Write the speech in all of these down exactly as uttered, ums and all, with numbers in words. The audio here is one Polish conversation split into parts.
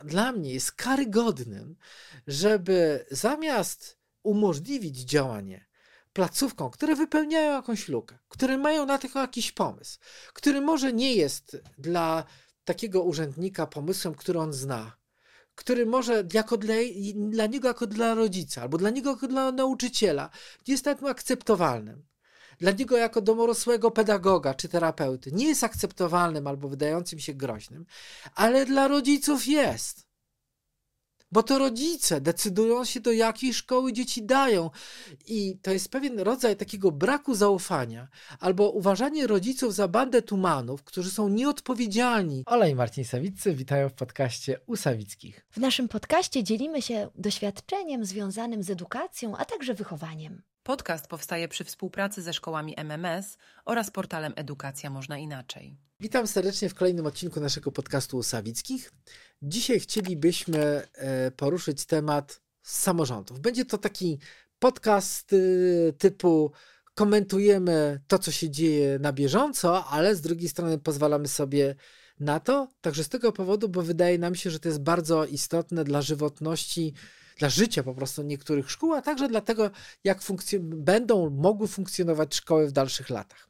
dla mnie jest karygodnym, żeby zamiast umożliwić działanie placówkom, które wypełniają jakąś lukę, które mają na to jakiś pomysł, który może nie jest dla takiego urzędnika pomysłem, który on zna, który może jako dla, dla niego jako dla rodzica, albo dla niego jako dla nauczyciela jest nawet akceptowalnym. Dla niego jako dorosłego pedagoga czy terapeuty nie jest akceptowalnym albo wydającym się groźnym, ale dla rodziców jest. Bo to rodzice decydują się, do jakiej szkoły dzieci dają. I to jest pewien rodzaj takiego braku zaufania albo uważanie rodziców za bandę tumanów, którzy są nieodpowiedzialni. Ola i Marcin Sawiccy witają w podcaście U Sawickich. W naszym podcaście dzielimy się doświadczeniem związanym z edukacją, a także wychowaniem. Podcast powstaje przy współpracy ze szkołami M M S oraz portalem Edukacja Można Inaczej. Witam serdecznie w kolejnym odcinku naszego podcastu U Sawickich. Dzisiaj chcielibyśmy poruszyć temat samorządów. Będzie to taki podcast typu komentujemy to, co się dzieje na bieżąco, ale z drugiej strony pozwalamy sobie na to, także z tego powodu, bo wydaje nam się, że to jest bardzo istotne dla żywotności, dla życia po prostu niektórych szkół, a także dlatego, jak funkcjon- będą mogły funkcjonować szkoły w dalszych latach.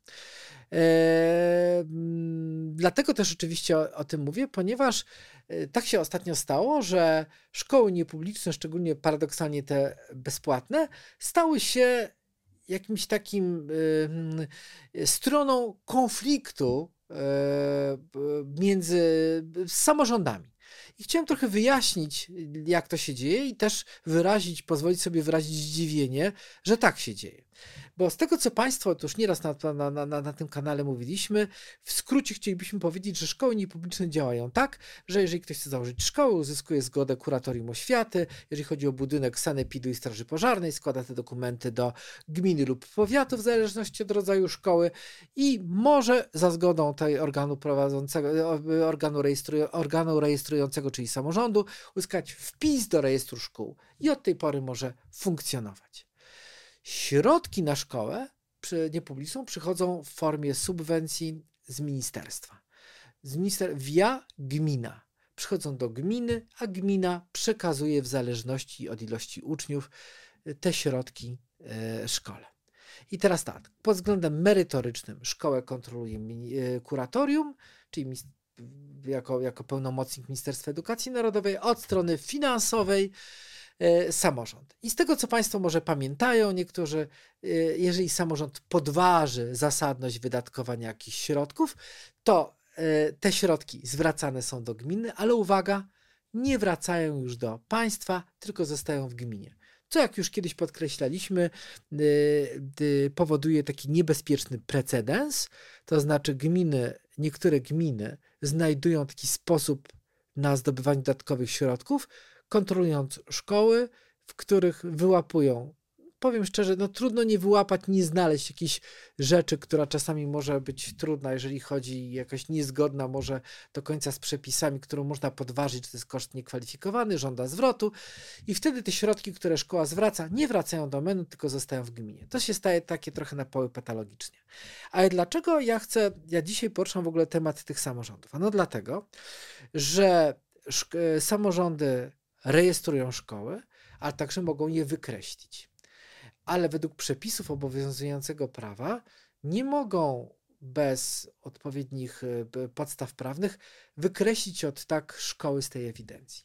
Eee, dlatego też oczywiście o, o tym mówię, ponieważ e, tak się ostatnio stało, że szkoły niepubliczne, szczególnie paradoksalnie te bezpłatne, stały się jakimś takim e, stroną konfliktu e, między samorządami. I chciałem trochę wyjaśnić, jak to się dzieje i też wyrazić, pozwolić sobie wyrazić zdziwienie, że tak się dzieje. Bo z tego, co Państwo to już nieraz na, na, na, na tym kanale mówiliśmy, w skrócie chcielibyśmy powiedzieć, że szkoły niepubliczne działają tak, że jeżeli ktoś chce założyć szkołę, uzyskuje zgodę kuratorium oświaty, jeżeli chodzi o budynek sanepidu i straży pożarnej, składa te dokumenty do gminy lub powiatu w zależności od rodzaju szkoły i może za zgodą tej organu prowadzącego, organu, rejestruj, organu rejestrującego, czyli samorządu, uzyskać wpis do rejestru szkół i od tej pory może funkcjonować. Środki na szkołę przy niepubliczną przychodzą w formie subwencji z ministerstwa. Z minister via gmina. Przychodzą do gminy, a gmina przekazuje w zależności od ilości uczniów te środki e, szkole. I teraz tak, pod względem merytorycznym szkołę kontroluje kuratorium, czyli jako, jako pełnomocnik Ministerstwa Edukacji Narodowej, od strony finansowej samorząd. I z tego, co Państwo może pamiętają, niektórzy, jeżeli samorząd podważy zasadność wydatkowania jakichś środków, to te środki zwracane są do gminy, ale uwaga, nie wracają już do państwa, tylko zostają w gminie. Co, jak już kiedyś podkreślaliśmy, powoduje taki niebezpieczny precedens, to znaczy gminy, niektóre gminy znajdują taki sposób na zdobywanie dodatkowych środków, kontrolując szkoły, w których wyłapują, powiem szczerze, no trudno nie wyłapać, nie znaleźć jakiejś rzeczy, która czasami może być trudna, jeżeli chodzi jakaś niezgodna może do końca z przepisami, którą można podważyć, czy to jest koszt niekwalifikowany, żąda zwrotu i wtedy te środki, które szkoła zwraca, nie wracają do menu, tylko zostają w gminie. To się staje takie trochę na poły patologicznie. Ale dlaczego ja chcę, ja dzisiaj poruszam w ogóle temat tych samorządów? Ano dlatego, że szk- samorządy rejestrują szkoły, ale także mogą je wykreślić. Ale według przepisów obowiązującego prawa nie mogą bez odpowiednich podstaw prawnych wykreślić od tak szkoły z tej ewidencji.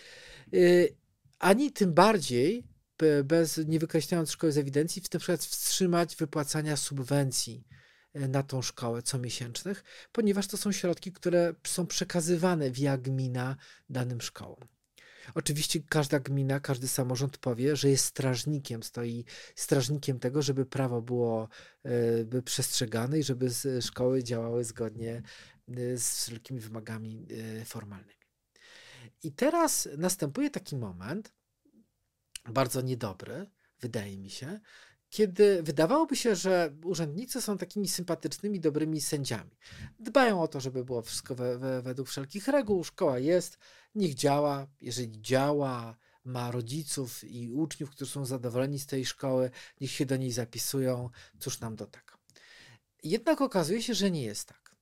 Ani tym bardziej bez, nie wykreślając szkoły z ewidencji, na przykład wstrzymać wypłacania subwencji na tą szkołę comiesięcznych, ponieważ to są środki, które są przekazywane via gmina danym szkołom. Oczywiście każda gmina, każdy samorząd powie, że jest strażnikiem, stoi strażnikiem tego, żeby prawo było by przestrzegane i żeby szkoły działały zgodnie z wszelkimi wymogami formalnymi. I teraz następuje taki moment, bardzo niedobry, wydaje mi się, kiedy wydawałoby się, że urzędnicy są takimi sympatycznymi, dobrymi sędziami. Dbają o to, żeby było wszystko we, we, według wszelkich reguł, szkoła jest, niech działa, jeżeli działa, ma rodziców i uczniów, którzy są zadowoleni z tej szkoły, niech się do niej zapisują, cóż nam do tego. Jednak okazuje się, że nie jest tak.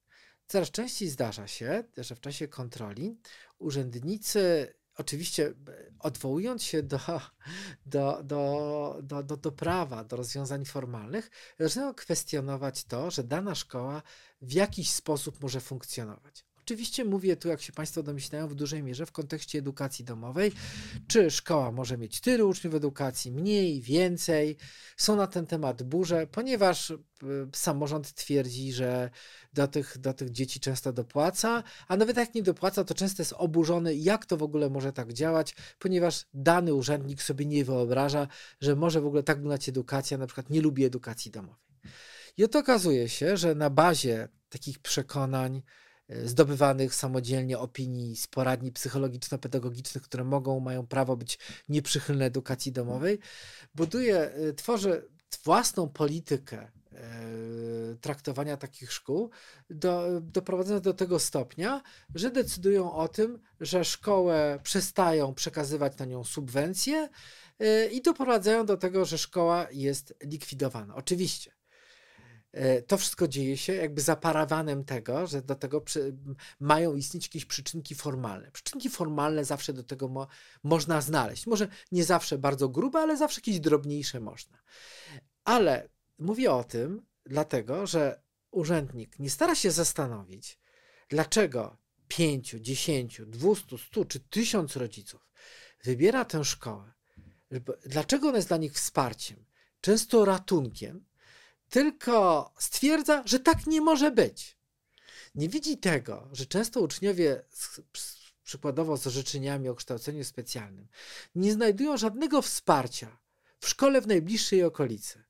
Coraz częściej zdarza się, że w czasie kontroli urzędnicy, oczywiście odwołując się do, do, do, do, do, do prawa, do rozwiązań formalnych, zaczynają kwestionować to, że dana szkoła w jakiś sposób może funkcjonować. Oczywiście mówię tu, jak się Państwo domyślają, w dużej mierze w kontekście edukacji domowej. Czy szkoła może mieć tylu uczniów edukacji, mniej, więcej? Są na ten temat burze, ponieważ y, samorząd twierdzi, że do tych, do tych dzieci często dopłaca, a nawet jak nie dopłaca, to często jest oburzony, jak to w ogóle może tak działać, ponieważ dany urzędnik sobie nie wyobraża, że może w ogóle tak wyglądać edukacja, na przykład nie lubi edukacji domowej. I oto okazuje się, że na bazie takich przekonań, zdobywanych samodzielnie opinii z poradni psychologiczno-pedagogicznych, które mogą, mają prawo być nieprzychylne edukacji domowej, buduje, tworzy własną politykę traktowania takich szkół, do, doprowadzając do tego stopnia, że decydują o tym, że szkołę przestają przekazywać na nią subwencje i doprowadzają do tego, że szkoła jest likwidowana. Oczywiście to wszystko dzieje się jakby za parawanem tego, że do tego przy, mają istnieć jakieś przyczynki formalne. Przyczynki formalne zawsze do tego mo, można znaleźć. Może nie zawsze bardzo grube, ale zawsze jakieś drobniejsze można. Ale mówię o tym dlatego, że urzędnik nie stara się zastanowić, dlaczego pięciu, dziesięciu, dwustu, stu czy tysiąc rodziców wybiera tę szkołę. Dlaczego ona jest dla nich wsparciem, często ratunkiem, tylko stwierdza, że tak nie może być. Nie widzi tego, że często uczniowie z, z, przykładowo z orzeczeniami o kształceniu specjalnym nie znajdują żadnego wsparcia w szkole w najbliższej okolicy.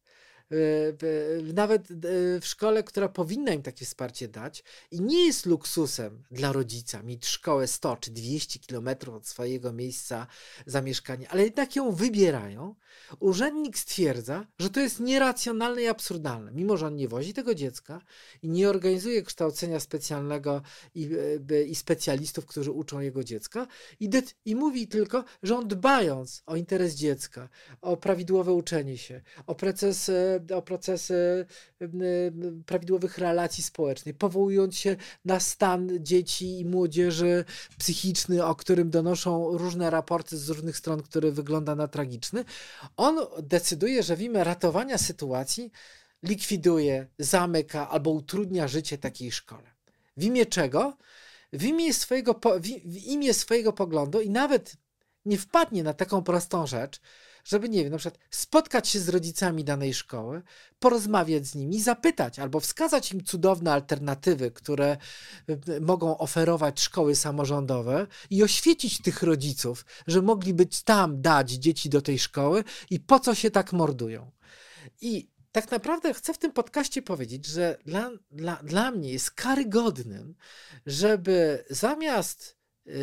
Nawet w szkole, która powinna im takie wsparcie dać i nie jest luksusem dla rodzica mieć szkołę sto czy dwieście kilometrów od swojego miejsca zamieszkania, ale jednak ją wybierają, urzędnik stwierdza, że to jest nieracjonalne i absurdalne, mimo że on nie wozi tego dziecka i nie organizuje kształcenia specjalnego i, i specjalistów, którzy uczą jego dziecka i, de, i mówi tylko, że on dbając o interes dziecka, o prawidłowe uczenie się, o proces o procesy prawidłowych relacji społecznych, powołując się na stan dzieci i młodzieży psychiczny, o którym donoszą różne raporty z różnych stron, który wygląda na tragiczny, on decyduje, że w imię ratowania sytuacji likwiduje, zamyka albo utrudnia życie takiej szkole. W imię czego? W imię swojego, w imię swojego poglądu i nawet nie wpadnie na taką prostą rzecz, żeby, nie wiem, na przykład spotkać się z rodzicami danej szkoły, porozmawiać z nimi, zapytać albo wskazać im cudowne alternatywy, które mogą oferować szkoły samorządowe i oświecić tych rodziców, że mogliby tam dać dzieci do tej szkoły i po co się tak mordują. I tak naprawdę chcę w tym podcaście powiedzieć, że dla, dla, dla mnie jest karygodnym, żeby zamiast yy,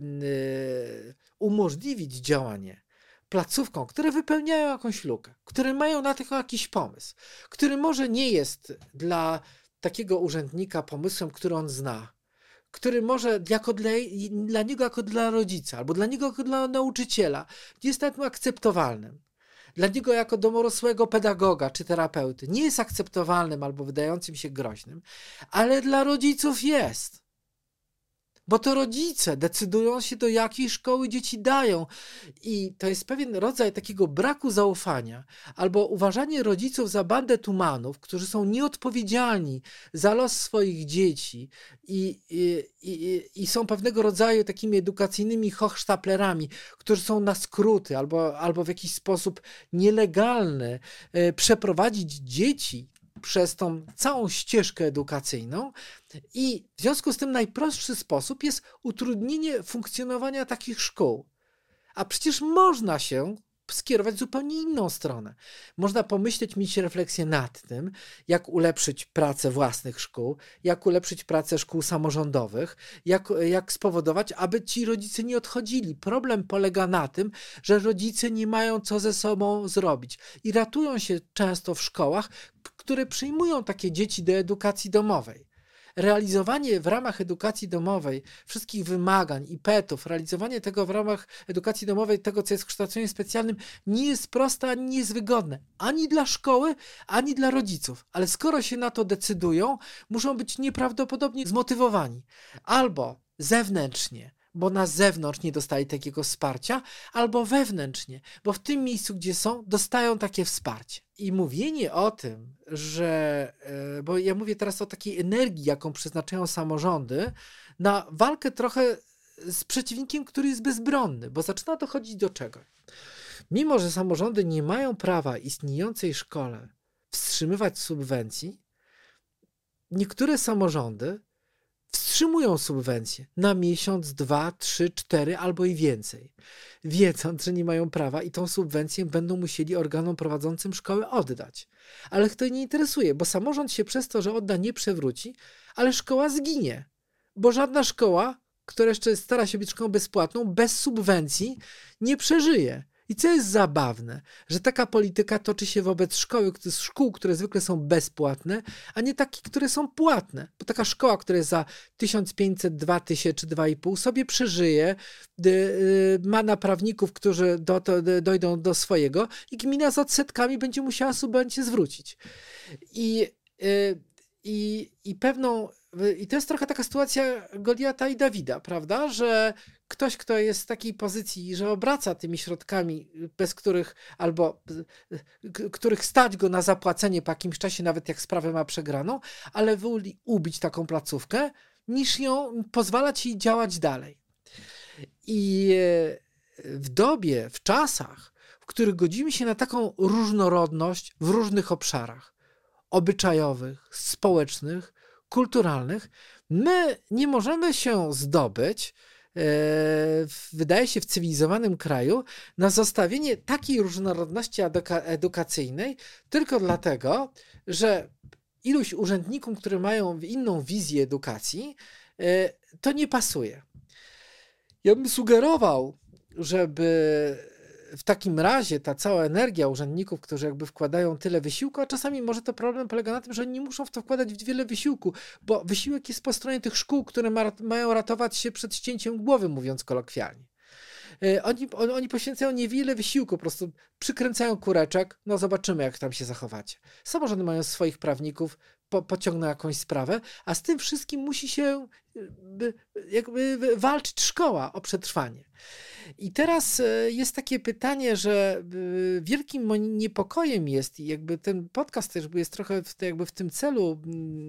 yy, umożliwić działanie placówkom, które wypełniają jakąś lukę, które mają na to jakiś pomysł, który może nie jest dla takiego urzędnika pomysłem, który on zna, który może jako dla, dla niego jako dla rodzica, albo dla niego jako dla nauczyciela nie jest nawet akceptowalnym. Dla niego jako dorosłego pedagoga czy terapeuty nie jest akceptowalnym albo wydającym się groźnym, ale dla rodziców jest. Bo to rodzice decydują się, do jakiej szkoły dzieci dają. I to jest pewien rodzaj takiego braku zaufania albo uważanie rodziców za bandę tumanów, którzy są nieodpowiedzialni za los swoich dzieci i, i, i, i są pewnego rodzaju takimi edukacyjnymi hochsztaplerami, którzy są na skróty albo, albo w jakiś sposób nielegalny e, przeprowadzić dzieci przez tą całą ścieżkę edukacyjną i w związku z tym najprostszy sposób jest utrudnienie funkcjonowania takich szkół. A przecież można się skierować w zupełnie inną stronę. Można pomyśleć, mieć refleksję nad tym, jak ulepszyć pracę własnych szkół, jak ulepszyć pracę szkół samorządowych, jak, jak spowodować, aby ci rodzice nie odchodzili. Problem polega na tym, że rodzice nie mają co ze sobą zrobić i ratują się często w szkołach, które przyjmują takie dzieci do edukacji domowej. realizowanie w ramach edukacji domowej wszystkich wymagań i petów, realizowanie tego w ramach edukacji domowej, tego, co jest kształceniem specjalnym, nie jest proste, ani nie jest wygodne. Ani dla szkoły, ani dla rodziców. Ale skoro się na to decydują, muszą być nieprawdopodobnie zmotywowani. Albo zewnętrznie, bo na zewnątrz nie dostali takiego wsparcia, albo wewnętrznie, bo w tym miejscu, gdzie są, dostają takie wsparcie. I mówienie o tym, że, bo ja mówię teraz o takiej energii, jaką przeznaczają samorządy, na walkę trochę z przeciwnikiem, który jest bezbronny, bo zaczyna dochodzić do czego? Mimo że samorządy nie mają prawa istniejącej szkole wstrzymywać subwencji, niektóre samorządy wstrzymują subwencje na miesiąc, dwa, trzy, cztery albo i więcej, wiedząc, że nie mają prawa i tą subwencję będą musieli organom prowadzącym szkoły oddać. Ale ich to nie interesuje, bo samorząd się przez to, że odda, nie przewróci, ale szkoła zginie, bo żadna szkoła, która jeszcze stara się być szkołą bezpłatną, bez subwencji nie przeżyje. I co jest zabawne, że taka polityka toczy się wobec szkoły, szkół, które zwykle są bezpłatne, a nie takich, które są płatne. Bo taka szkoła, która jest za tysiąc pięćset, dwa tysiące czy dwa i pół sobie przeżyje, ma naprawników, którzy do, to, dojdą do swojego i gmina z odsetkami będzie musiała subwencję zwrócić. I, i, i pewną I to jest trochę taka sytuacja Goliata i Dawida, prawda? Że ktoś, kto jest w takiej pozycji, że obraca tymi środkami, bez których albo których stać go na zapłacenie po jakimś czasie, nawet jak sprawę ma przegraną, ale woli ubić taką placówkę, niż ją pozwalać jej działać dalej. I w dobie, w czasach, w których godzimy się na taką różnorodność w różnych obszarach obyczajowych, społecznych, kulturalnych, my nie możemy się zdobyć, e, wydaje się, w cywilizowanym kraju, na zostawienie takiej różnorodności eduka- edukacyjnej tylko dlatego, że iluś urzędnikom, które mają inną wizję edukacji, e, to nie pasuje. Ja bym sugerował, żeby w takim razie ta cała energia urzędników, którzy jakby wkładają tyle wysiłku, a czasami może to problem polega na tym, że oni nie muszą w to wkładać wiele wysiłku, bo wysiłek jest po stronie tych szkół, które ma, mają ratować się przed ścięciem głowy, mówiąc kolokwialnie. Oni, on, oni poświęcają niewiele wysiłku, po prostu przykręcają kureczek, no zobaczymy, jak tam się zachowacie. Samorządy mają swoich prawników, po, pociągną jakąś sprawę, a z tym wszystkim musi się jakby walczyć szkoła o przetrwanie. I teraz jest takie pytanie, że wielkim moim niepokojem jest, i jakby ten podcast też jest trochę w, jakby w tym celu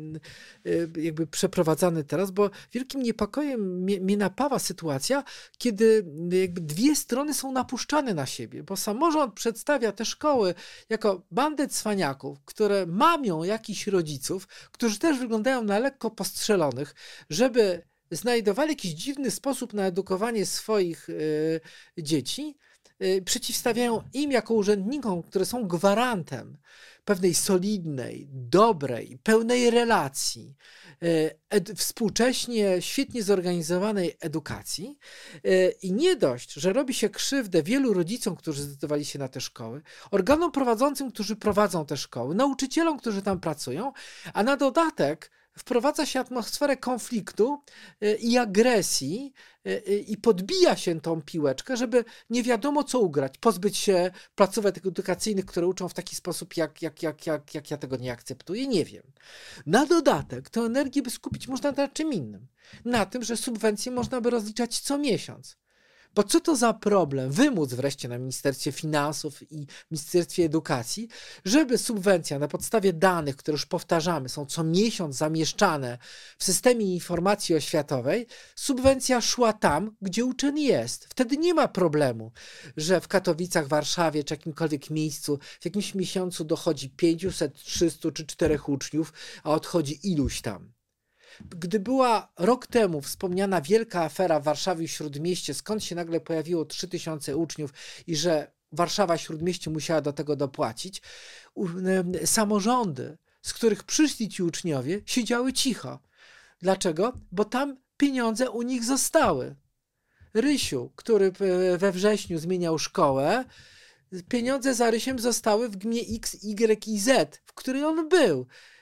jakby przeprowadzany teraz, bo wielkim niepokojem mnie, mnie napawa sytuacja, kiedy jakby dwie strony są napuszczane na siebie, bo samorząd przedstawia te szkoły jako bandę cwaniaków, które mamią jakichś rodziców, którzy też wyglądają na lekko postrzelonych, żeby znajdowali jakiś dziwny sposób na edukowanie swoich y, dzieci, y, przeciwstawiają im jako urzędnikom, które są gwarantem pewnej solidnej, dobrej, pełnej relacji, y, ed, współcześnie świetnie zorganizowanej edukacji y, i nie dość, że robi się krzywdę wielu rodzicom, którzy zdecydowali się na te szkoły, organom prowadzącym, którzy prowadzą te szkoły, nauczycielom, którzy tam pracują, a na dodatek wprowadza się atmosferę konfliktu i agresji i podbija się tą piłeczkę, żeby nie wiadomo co ugrać, pozbyć się placówek edukacyjnych, które uczą w taki sposób, jak, jak, jak, jak, jak ja tego nie akceptuję, nie wiem. Na dodatek tę energię by skupić można na czym innym. Na tym, że subwencje można by rozliczać co miesiąc. Bo co to za problem wymóc wreszcie na Ministerstwie Finansów i Ministerstwie Edukacji, żeby subwencja na podstawie danych, które już powtarzamy, są co miesiąc zamieszczane w systemie informacji oświatowej, subwencja szła tam, gdzie uczeń jest. Wtedy nie ma problemu, że w Katowicach, Warszawie czy jakimkolwiek miejscu w jakimś miesiącu dochodzi pięćset, trzysta czy czterech uczniów, a odchodzi iluś tam. Gdy była rok temu wspomniana wielka afera w Warszawie i Śródmieście, skąd się nagle pojawiło trzy tysiące uczniów i że Warszawa Śródmieście musiała do tego dopłacić, samorządy, z których przyszli ci uczniowie, siedziały cicho. Dlaczego? Bo tam pieniądze u nich zostały. Rysiu, który we wrześniu zmieniał szkołę, pieniądze za Rysiem zostały w gminie X, Y i Z, w której on był.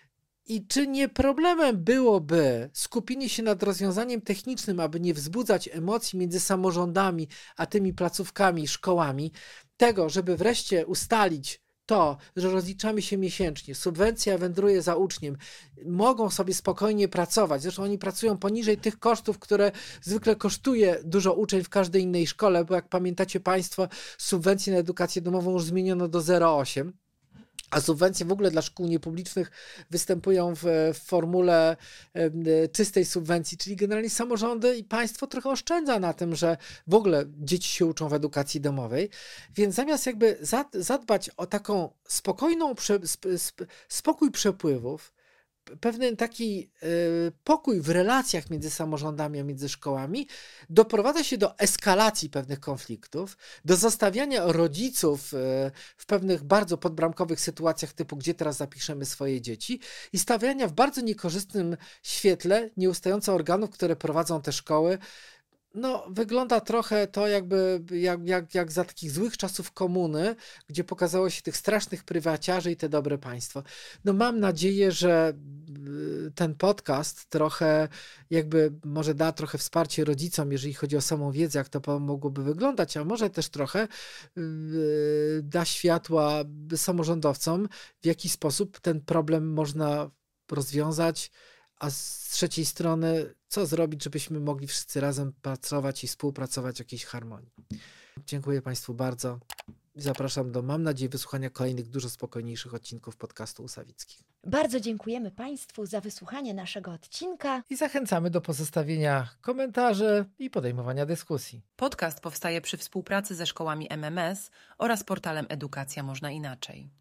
I czy nie problemem byłoby skupienie się nad rozwiązaniem technicznym, aby nie wzbudzać emocji między samorządami a tymi placówkami, szkołami, tego, żeby wreszcie ustalić to, że rozliczamy się miesięcznie, subwencja wędruje za uczniem, mogą sobie spokojnie pracować, zresztą oni pracują poniżej tych kosztów, które zwykle kosztuje dużo uczeń w każdej innej szkole, bo jak pamiętacie Państwo, subwencję na edukację domową już zmieniono do zero przecinek osiem. A subwencje w ogóle dla szkół niepublicznych występują w, w formule e, czystej subwencji, czyli generalnie samorządy i państwo trochę oszczędza na tym, że w ogóle dzieci się uczą w edukacji domowej, więc zamiast jakby zadbać o taką spokojną, prze, sp, sp, spokój przepływów, pewien taki y, pokój w relacjach między samorządami a między szkołami, doprowadza się do eskalacji pewnych konfliktów, do zostawiania rodziców y, w pewnych bardzo podbramkowych sytuacjach typu, gdzie teraz zapiszemy swoje dzieci i stawiania w bardzo niekorzystnym świetle nieustająco organów, które prowadzą te szkoły. No, wygląda trochę to jakby jak, jak, jak za takich złych czasów komuny, gdzie pokazało się tych strasznych prywaciarzy i te dobre państwo. No mam nadzieję, że ten podcast trochę jakby może da trochę wsparcie rodzicom, jeżeli chodzi o samą wiedzę, jak to mogłoby wyglądać, a może też trochę da światła samorządowcom, w jaki sposób ten problem można rozwiązać, a z trzeciej strony, co zrobić, żebyśmy mogli wszyscy razem pracować i współpracować w jakiejś harmonii. Dziękuję Państwu bardzo. Zapraszam do, mam nadzieję, wysłuchania kolejnych, dużo spokojniejszych odcinków podcastu Usawickich. Bardzo dziękujemy Państwu za wysłuchanie naszego odcinka. I zachęcamy do pozostawienia komentarzy i podejmowania dyskusji. Podcast powstaje przy współpracy ze szkołami M M S oraz portalem Edukacja Można Inaczej.